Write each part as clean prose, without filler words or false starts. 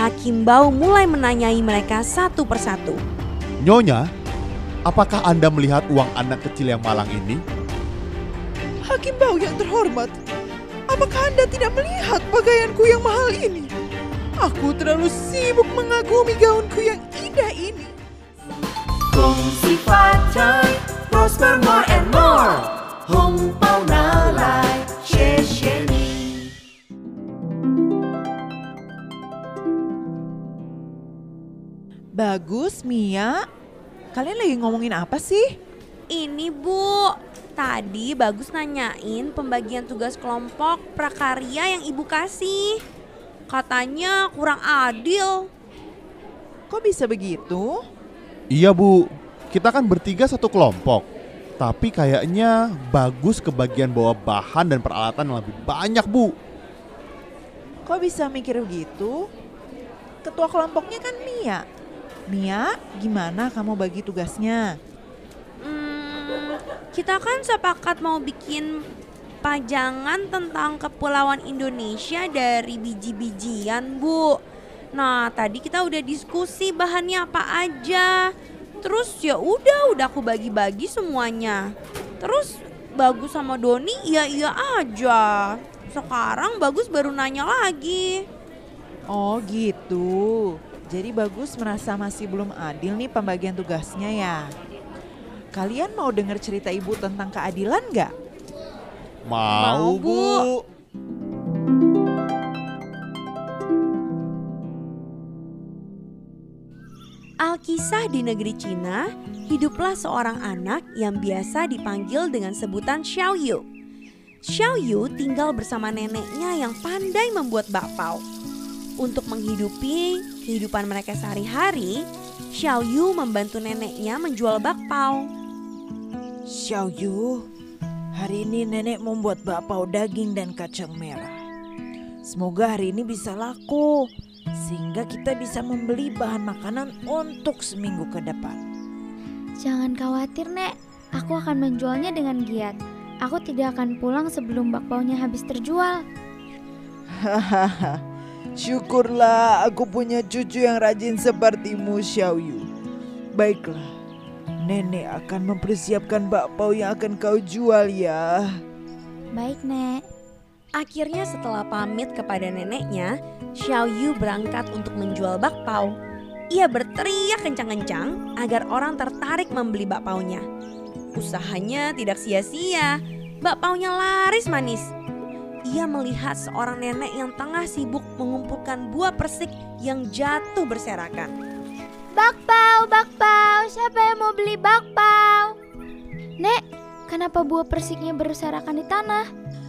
Hakim Bau mulai menanyai mereka satu persatu. Nyonya, apakah Anda melihat uang anak kecil yang malang ini? Hakim Bau yang terhormat, apakah Anda tidak melihat pakaianku yang mahal ini? Aku terlalu sibuk mengagumi gaunku yang indah ini. Kongsi Facai, prosper more and more. Hong Pao Nalai, Xie Ni. Bagus, Mia. Kalian lagi ngomongin apa sih? Ini Bu, tadi Bagus nanyain pembagian tugas kelompok prakarya yang Ibu kasih. Katanya kurang adil. Kok bisa begitu? Iya Bu, kita kan bertiga satu kelompok. Tapi kayaknya Bagus kebagian bawa bahan dan peralatan yang lebih banyak Bu. Kok bisa mikir begitu? Ketua kelompoknya kan Mia. Mia, gimana kamu bagi tugasnya? Kita kan sepakat mau bikin pajangan tentang kepulauan Indonesia dari biji-bijian, Bu. Nah, tadi kita udah diskusi bahannya apa aja. Terus ya udah aku bagi-bagi semuanya. Terus Bagus sama Doni iya aja. Sekarang Bagus baru nanya lagi. Oh gitu. Jadi Bagus merasa masih belum adil nih pembagian tugasnya ya. Kalian mau dengar cerita ibu tentang keadilan nggak? Mau Bu. Alkisah di negeri Cina, hiduplah seorang anak yang biasa dipanggil dengan sebutan Xiao Yu. Xiao Yu tinggal bersama neneknya yang pandai membuat bakpao. Untuk menghidupi kehidupan mereka sehari-hari, Xiao Yu membantu neneknya menjual bakpao. Xiao Yu, hari ini nenek membuat bakpao daging dan kacang merah. Semoga hari ini bisa laku, sehingga kita bisa membeli bahan makanan untuk seminggu ke depan. Jangan khawatir, Nek. Aku akan menjualnya dengan giat. Aku tidak akan pulang sebelum bakpaonya habis terjual. Hahaha, syukurlah aku punya cucu yang rajin sepertimu, Xiao Yu. Baiklah, nenek akan mempersiapkan bakpao yang akan kau jual ya. Baik, Nek. Akhirnya setelah pamit kepada neneknya, Xiao Yu berangkat untuk menjual bakpao. Ia berteriak kencang-kencang agar orang tertarik membeli bakpaonya. Usahanya tidak sia-sia, bakpaonya laris manis. Ia melihat seorang nenek yang tengah sibuk mengumpulkan buah persik yang jatuh berserakan. Bakpao, siapa yang mau beli bakpao? Nek, kenapa buah persiknya berserakan di tanah?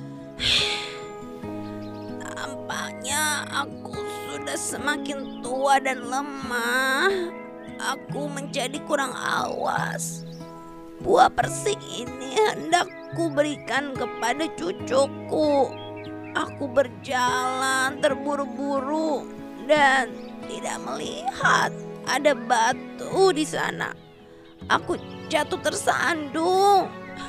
Nampaknya aku sudah semakin tua dan lemah. Aku menjadi kurang awas. Buah persik ini hendak kuberikan kepada cucuku. Aku berjalan terburu-buru dan tidak melihat ada batu di sana. Aku jatuh tersandung.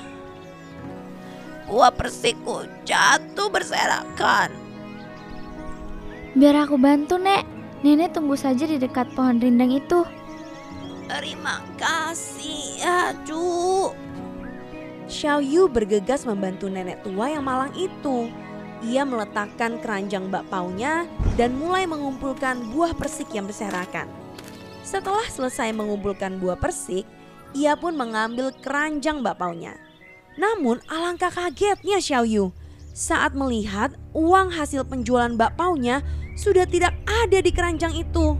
Buah persikku jatuh berserakan. Biar aku bantu, Nek. Nenek tunggu saja di dekat pohon rindang itu. Terima kasih ya, Cu. Xiao Yu bergegas membantu nenek tua yang malang itu. Ia meletakkan keranjang bakpaonya dan mulai mengumpulkan buah persik yang berserakan. Setelah selesai mengumpulkan buah persik, ia pun mengambil keranjang bakpaonya. Namun alangkah kagetnya Xiao Yu saat melihat uang hasil penjualan bakpaonya sudah tidak ada di keranjang itu.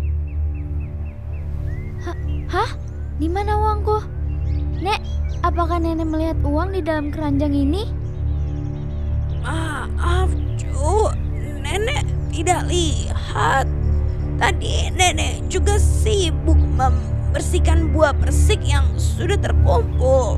Hah? Di mana uangku? Nek, apakah nenek melihat uang di dalam keranjang ini? Maaf, Cu. Nenek tidak lihat. Tadi nenek juga sibuk membersihkan buah persik yang sudah terkumpul.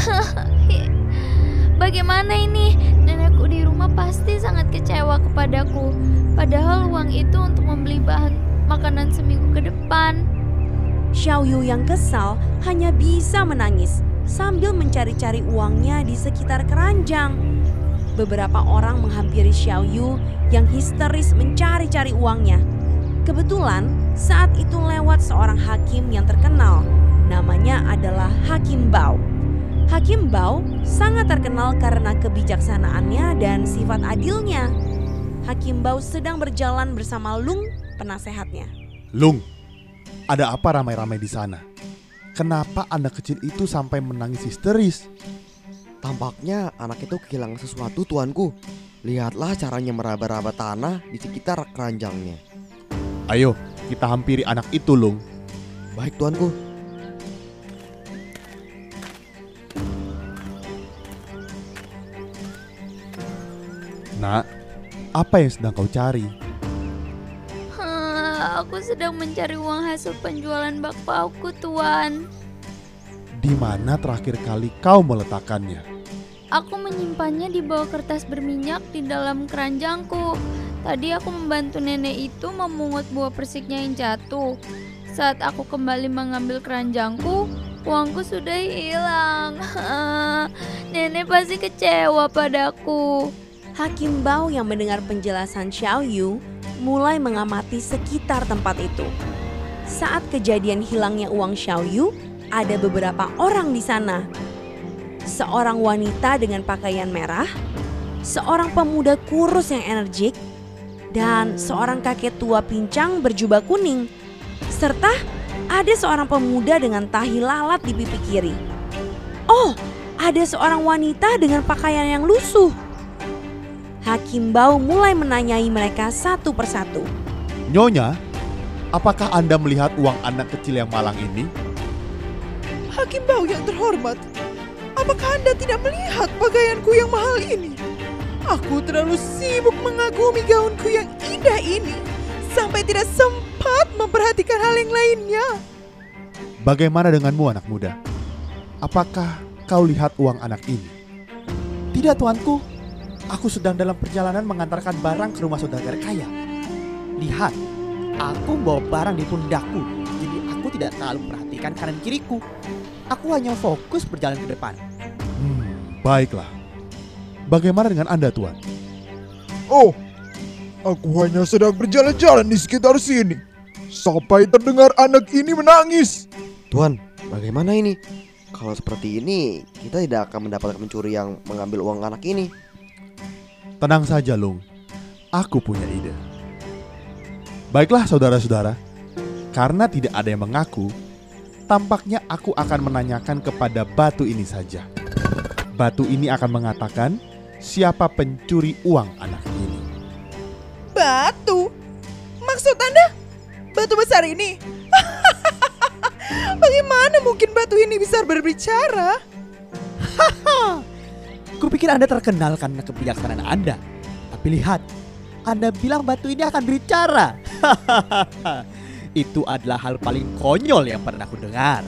Bagaimana ini? Nenekku di rumah pasti sangat kecewa kepadaku. Padahal uang itu untuk membeli bahan makanan seminggu ke depan. Xiao Yu yang kesal hanya bisa menangis sambil mencari-cari uangnya di sekitar keranjang. Beberapa orang menghampiri Xiao Yu yang histeris mencari-cari uangnya. Kebetulan saat itu lewat seorang hakim yang terkenal. Namanya adalah Hakim Bao. Hakim Bao sangat terkenal karena kebijaksanaannya dan sifat adilnya. Hakim Bao sedang berjalan bersama Lung, penasehatnya. Lung, ada apa ramai-ramai di sana? Kenapa anak kecil itu sampai menangis histeris? Tampaknya anak itu kehilangan sesuatu, tuanku. Lihatlah caranya meraba-raba tanah di sekitar keranjangnya. Ayo, kita hampiri anak itu, Lung. Baik, tuanku. Nak, apa yang sedang kau cari? Aku sedang mencari uang hasil penjualan bakpauku, Tuan. Di mana terakhir kali kau meletakkannya? Aku menyimpannya di bawah kertas berminyak di dalam keranjangku. Tadi aku membantu nenek itu memungut buah persiknya yang jatuh. Saat aku kembali mengambil keranjangku, uangku sudah hilang. Nenek pasti kecewa padaku. Hakim Bao yang mendengar penjelasan Xiao Yu mulai mengamati sekitar tempat itu. Saat kejadian hilangnya uang Xiao Yu, ada beberapa orang di sana. Seorang wanita dengan pakaian merah, seorang pemuda kurus yang energik, dan seorang kakek tua pincang berjubah kuning. Serta ada seorang pemuda dengan tahi lalat di pipi kiri. Oh, ada seorang wanita dengan pakaian yang lusuh. Hakim Bao mulai menanyai mereka satu persatu. Nyonya, apakah Anda melihat uang anak kecil yang malang ini? Hakim Bao yang terhormat, apakah Anda tidak melihat pakaianku yang mahal ini? Aku terlalu sibuk mengagumi gaunku yang indah ini sampai tidak sempat memperhatikan hal yang lainnya. Bagaimana denganmu, anak muda? Apakah kau lihat uang anak ini? Tidak, tuanku. Aku sedang dalam perjalanan mengantarkan barang ke rumah saudagar kaya. Lihat, aku membawa barang di pundakku, jadi aku tidak terlalu perhatikan kanan kiriku. Aku hanya fokus berjalan ke depan. Baiklah. Bagaimana dengan Anda, Tuan? Oh, aku hanya sedang berjalan-jalan di sekitar sini sampai terdengar anak ini menangis. Tuan, bagaimana ini? Kalau seperti ini, kita tidak akan mendapatkan pencuri yang mengambil uang anak ini. Tenang saja, Lung. Aku punya ide. Baiklah, saudara-saudara. Karena tidak ada yang mengaku, tampaknya aku akan menanyakan kepada batu ini saja. Batu ini akan mengatakan siapa pencuri uang anak ini. Batu? Maksud Anda batu besar ini? Bagaimana mungkin batu ini bisa berbicara? Kupikir Anda terkenal karena kebijaksanaan Anda. Tapi lihat, Anda bilang batu ini akan berbicara. Itu adalah hal paling konyol yang pernah aku dengar.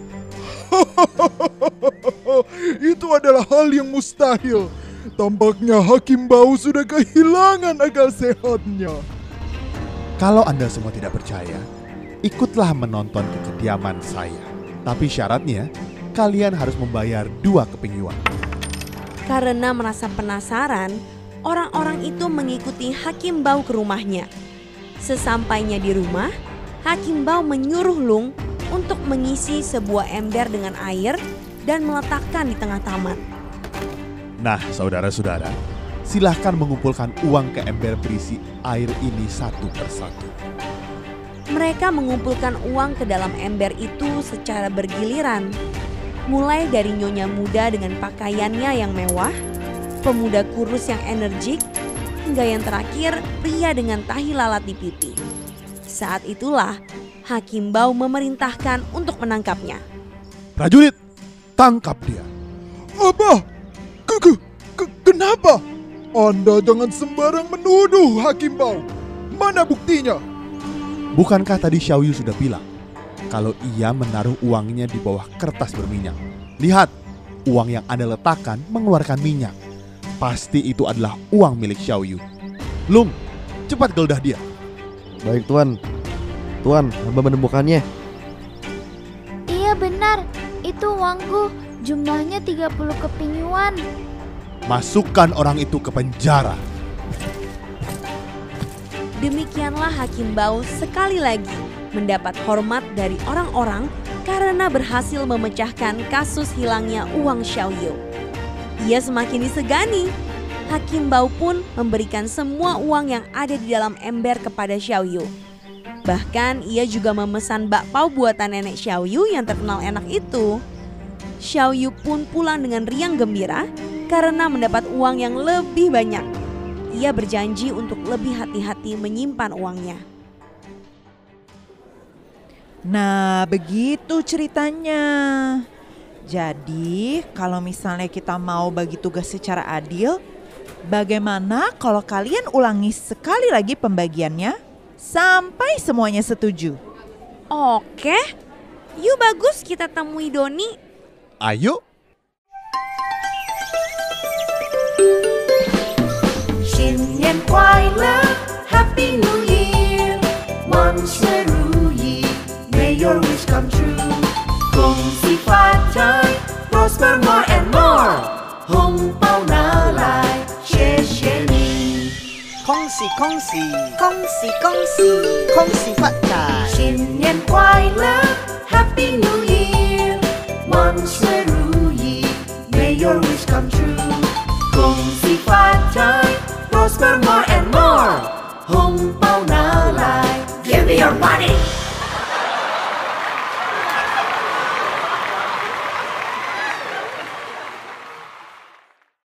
Itu adalah hal yang mustahil. Tampaknya Hakim Bao sudah kehilangan akal sehatnya. Kalau Anda semua tidak percaya, ikutlah menonton ke kediaman saya. Tapi syaratnya, kalian harus membayar 2 keping yuan. Karena merasa penasaran, orang-orang itu mengikuti Hakim Bao ke rumahnya. Sesampainya di rumah, Hakim Bao menyuruh Lung untuk mengisi sebuah ember dengan air dan meletakkan di tengah taman. Nah, saudara-saudara, silahkan mengumpulkan uang ke ember berisi air ini satu persatu. Mereka mengumpulkan uang ke dalam ember itu secara bergiliran. Mulai dari nyonya muda dengan pakaiannya yang mewah, pemuda kurus yang energik, hingga yang terakhir pria dengan tahi lalat di pipi. Saat itulah Hakim Bao memerintahkan untuk menangkapnya. Prajurit, tangkap dia. Apa? Kenapa? Anda jangan sembarang menuduh Hakim Bao. Mana buktinya? Bukankah tadi Xiao Yu sudah bilang kalau ia menaruh uangnya di bawah kertas berminyak? Lihat, uang yang Anda letakkan mengeluarkan minyak. Pasti itu adalah uang milik Xiao Yu. Lung, cepat geledah dia. Baik, Tuan. Tuan, hamba menemukannya. Iya benar, itu uangku. Jumlahnya 30 keping yuan. Masukkan orang itu ke penjara. Demikianlah Hakim Bao sekali lagi mendapat hormat dari orang-orang karena berhasil memecahkan kasus hilangnya uang Xiaoyu. Ia semakin disegani. Hakim Bao pun memberikan semua uang yang ada di dalam ember kepada Xiaoyu. Bahkan ia juga memesan bakpao buatan nenek Xiaoyu yang terkenal enak itu. Xiaoyu pun pulang dengan riang gembira karena mendapat uang yang lebih banyak. Ia berjanji untuk lebih hati-hati menyimpan uangnya. Nah, begitu ceritanya. Jadi, kalau misalnya kita mau bagi tugas secara adil, bagaimana kalau kalian ulangi sekali lagi pembagiannya sampai semuanya setuju? Oke, yuk bagus kita temui Doni. Ayo. Xinyan Kuai-le, Happy New Year. 万事如意 May your wish come true. 恭喜发财 Prosper more and more. 红包拿来谢谢你。 恭喜恭喜， 恭喜恭喜， 恭喜发财！ 新年快乐 Happy New Year. 万事如意 May your wish come true. 恭喜发财 Prosper more and more. 红包拿来 Give me your money.